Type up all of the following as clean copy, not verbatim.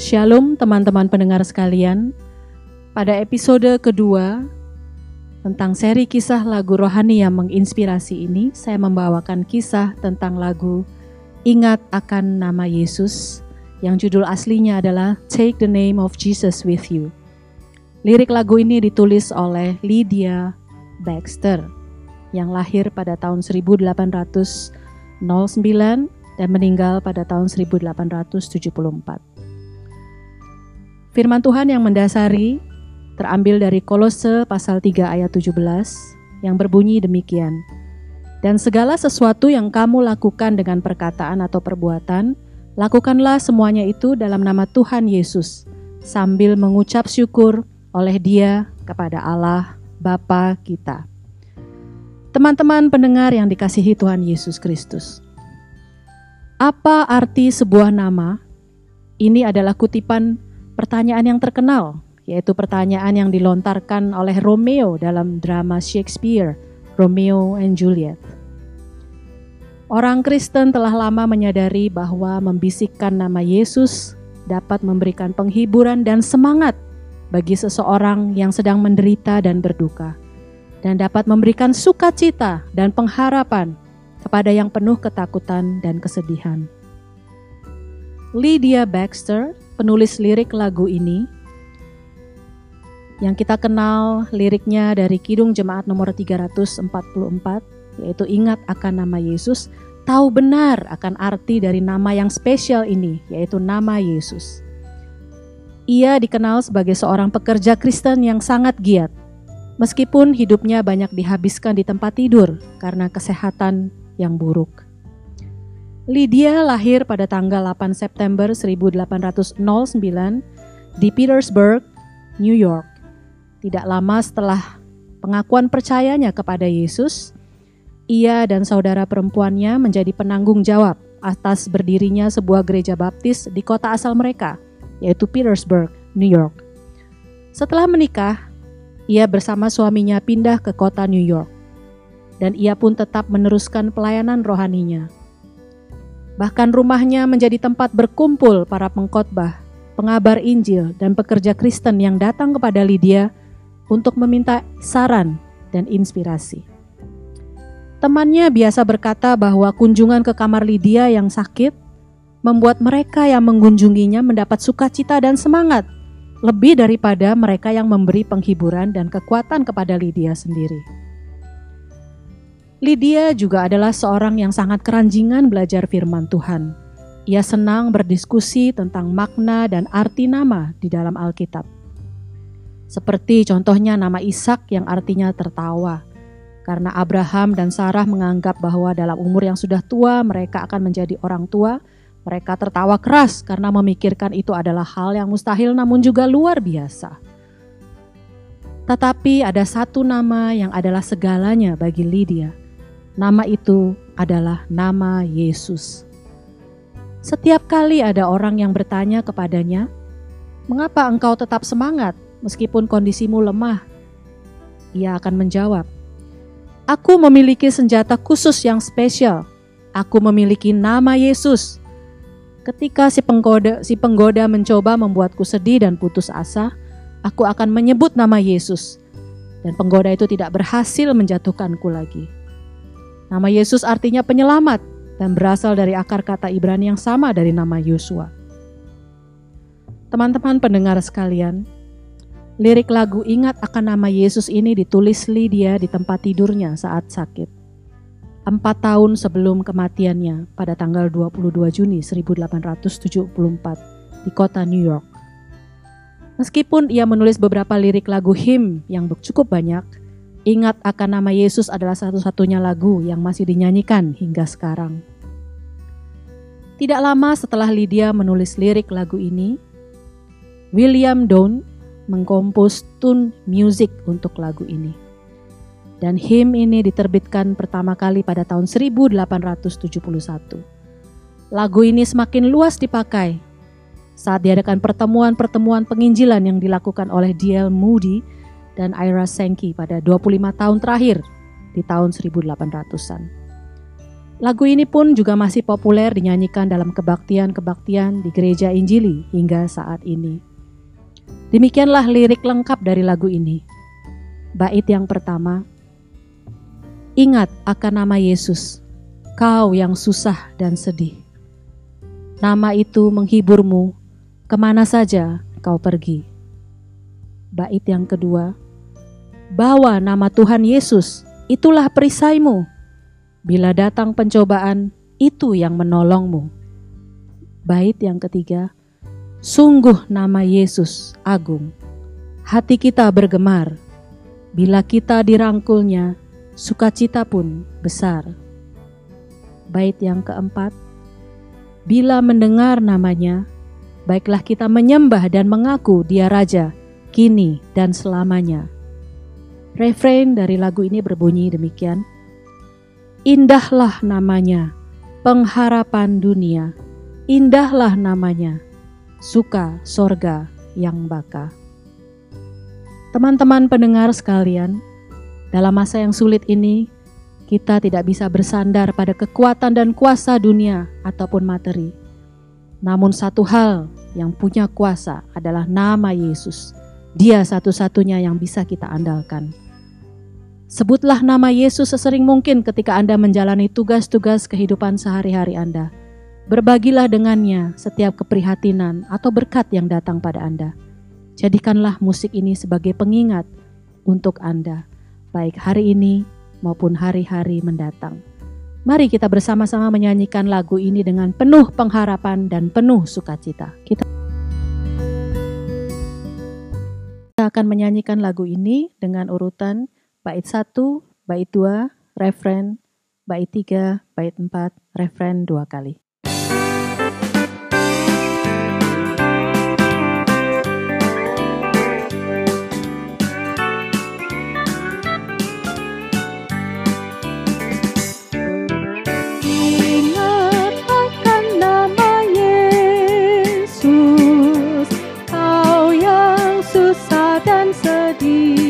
Shalom teman-teman pendengar sekalian. Pada episode kedua tentang seri kisah lagu rohani yang menginspirasi ini, saya membawakan kisah tentang lagu Ingat Akan Nama Yesus yang judul aslinya adalah Take the Name of Jesus with You. Lirik lagu ini ditulis oleh Lydia Baxter yang lahir pada tahun 1809 dan meninggal pada tahun 1874. Firman Tuhan yang mendasari terambil dari Kolose pasal 3 ayat 17 yang berbunyi demikian. Dan segala sesuatu yang kamu lakukan dengan perkataan atau perbuatan, lakukanlah semuanya itu dalam nama Tuhan Yesus, sambil mengucap syukur oleh Dia kepada Allah Bapa kita. Teman-teman pendengar yang dikasihi Tuhan Yesus Kristus. Apa arti sebuah nama? Ini adalah kutipan pertanyaan yang terkenal, yaitu pertanyaan yang dilontarkan oleh Romeo dalam drama Shakespeare, Romeo and Juliet. Orang Kristen telah lama menyadari bahwa membisikkan nama Yesus dapat memberikan penghiburan dan semangat bagi seseorang yang sedang menderita dan berduka, dan dapat memberikan sukacita dan pengharapan kepada yang penuh ketakutan dan kesedihan. Lydia Baxter, penulis lirik lagu ini, yang kita kenal liriknya dari Kidung Jemaat nomor 344, yaitu Ingat Akan Nama Yesus, tahu benar akan arti dari nama yang spesial ini, yaitu nama Yesus. Ia dikenal sebagai seorang pekerja Kristen yang sangat giat, meskipun hidupnya banyak dihabiskan di tempat tidur karena kesehatan yang buruk. Lydia lahir pada tanggal 8 September 1809 di Petersburg, New York. Tidak lama setelah pengakuan percayanya kepada Yesus, ia dan saudara perempuannya menjadi penanggung jawab atas berdirinya sebuah gereja baptis di kota asal mereka, yaitu Petersburg, New York. Setelah menikah, ia bersama suaminya pindah ke kota New York, dan ia pun tetap meneruskan pelayanan rohaninya. Bahkan rumahnya menjadi tempat berkumpul para pengkhotbah, pengabar Injil, dan pekerja Kristen yang datang kepada Lydia untuk meminta saran dan inspirasi. Temannya biasa berkata bahwa kunjungan ke kamar Lydia yang sakit membuat mereka yang mengunjunginya mendapat sukacita dan semangat, lebih daripada mereka yang memberi penghiburan dan kekuatan kepada Lydia sendiri. Lydia juga adalah seorang yang sangat keranjingan belajar firman Tuhan. Ia senang berdiskusi tentang makna dan arti nama di dalam Alkitab. Seperti contohnya nama Ishak yang artinya tertawa, karena Abraham dan Sarah menganggap bahwa dalam umur yang sudah tua mereka akan menjadi orang tua. Mereka tertawa keras karena memikirkan itu adalah hal yang mustahil namun juga luar biasa. Tetapi ada satu nama yang adalah segalanya bagi Lydia. Nama itu adalah nama Yesus. Setiap kali ada orang yang bertanya kepadanya, "Mengapa engkau tetap semangat meskipun kondisimu lemah?" Ia akan menjawab, "Aku memiliki senjata khusus yang spesial. Aku memiliki nama Yesus. Ketika si penggoda mencoba membuatku sedih dan putus asa, aku akan menyebut nama Yesus, dan penggoda itu tidak berhasil menjatuhkanku lagi." Nama Yesus artinya penyelamat dan berasal dari akar kata Ibrani yang sama dari nama Yosua. Teman-teman pendengar sekalian, lirik lagu Ingat Akan Nama Yesus ini ditulis Lydia di tempat tidurnya saat sakit. 4 tahun sebelum kematiannya pada tanggal 22 Juni 1874 di kota New York. Meskipun ia menulis beberapa lirik lagu hymn yang cukup banyak, Ingat Akan Nama Yesus adalah satu-satunya lagu yang masih dinyanyikan hingga sekarang. Tidak lama setelah Lydia menulis lirik lagu ini, William Donne mengkompos tune musik untuk lagu ini. Dan hymn ini diterbitkan pertama kali pada tahun 1871. Lagu ini semakin luas dipakai saat diadakan pertemuan-pertemuan penginjilan yang dilakukan oleh D.L. Moody dan Ira Sankey pada 25 tahun terakhir di tahun 1800-an. Lagu ini pun juga masih populer dinyanyikan dalam kebaktian-kebaktian di gereja Injili hingga saat ini. Demikianlah lirik lengkap dari lagu ini. Bait yang pertama, ingat akan nama Yesus, kau yang susah dan sedih. Nama itu menghiburmu, kemana saja kau pergi. Bait yang kedua, bawa nama Tuhan Yesus, itulah perisaimu. Bila datang pencobaan, itu yang menolongmu. Bait yang ketiga, sungguh nama Yesus agung. Hati kita bergemar. Bila kita dirangkulnya, sukacita pun besar. Bait yang keempat, bila mendengar namanya, baiklah kita menyembah dan mengaku Dia Raja, kini dan selamanya. Refrain dari lagu ini berbunyi demikian. Indahlah namanya, pengharapan dunia. Indahlah namanya, suka sorga yang baka. Teman-teman pendengar sekalian, dalam masa yang sulit ini, kita tidak bisa bersandar pada kekuatan dan kuasa dunia ataupun materi. Namun satu hal yang punya kuasa adalah nama Yesus. Dia satu-satunya yang bisa kita andalkan. Sebutlah nama Yesus sesering mungkin ketika Anda menjalani tugas-tugas kehidupan sehari-hari Anda. Berbagilah dengannya setiap keprihatinan atau berkat yang datang pada Anda. Jadikanlah musik ini sebagai pengingat untuk Anda, baik hari ini maupun hari-hari mendatang. Mari kita bersama-sama menyanyikan lagu ini dengan penuh pengharapan dan penuh sukacita. Kita akan menyanyikan lagu ini dengan urutan bait 1, bait 2, refren, bait 3, bait 4, refren 2 kali. Ingat akan nama Yesus, kau yang susah dan sedih.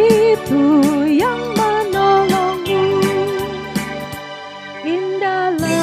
Indah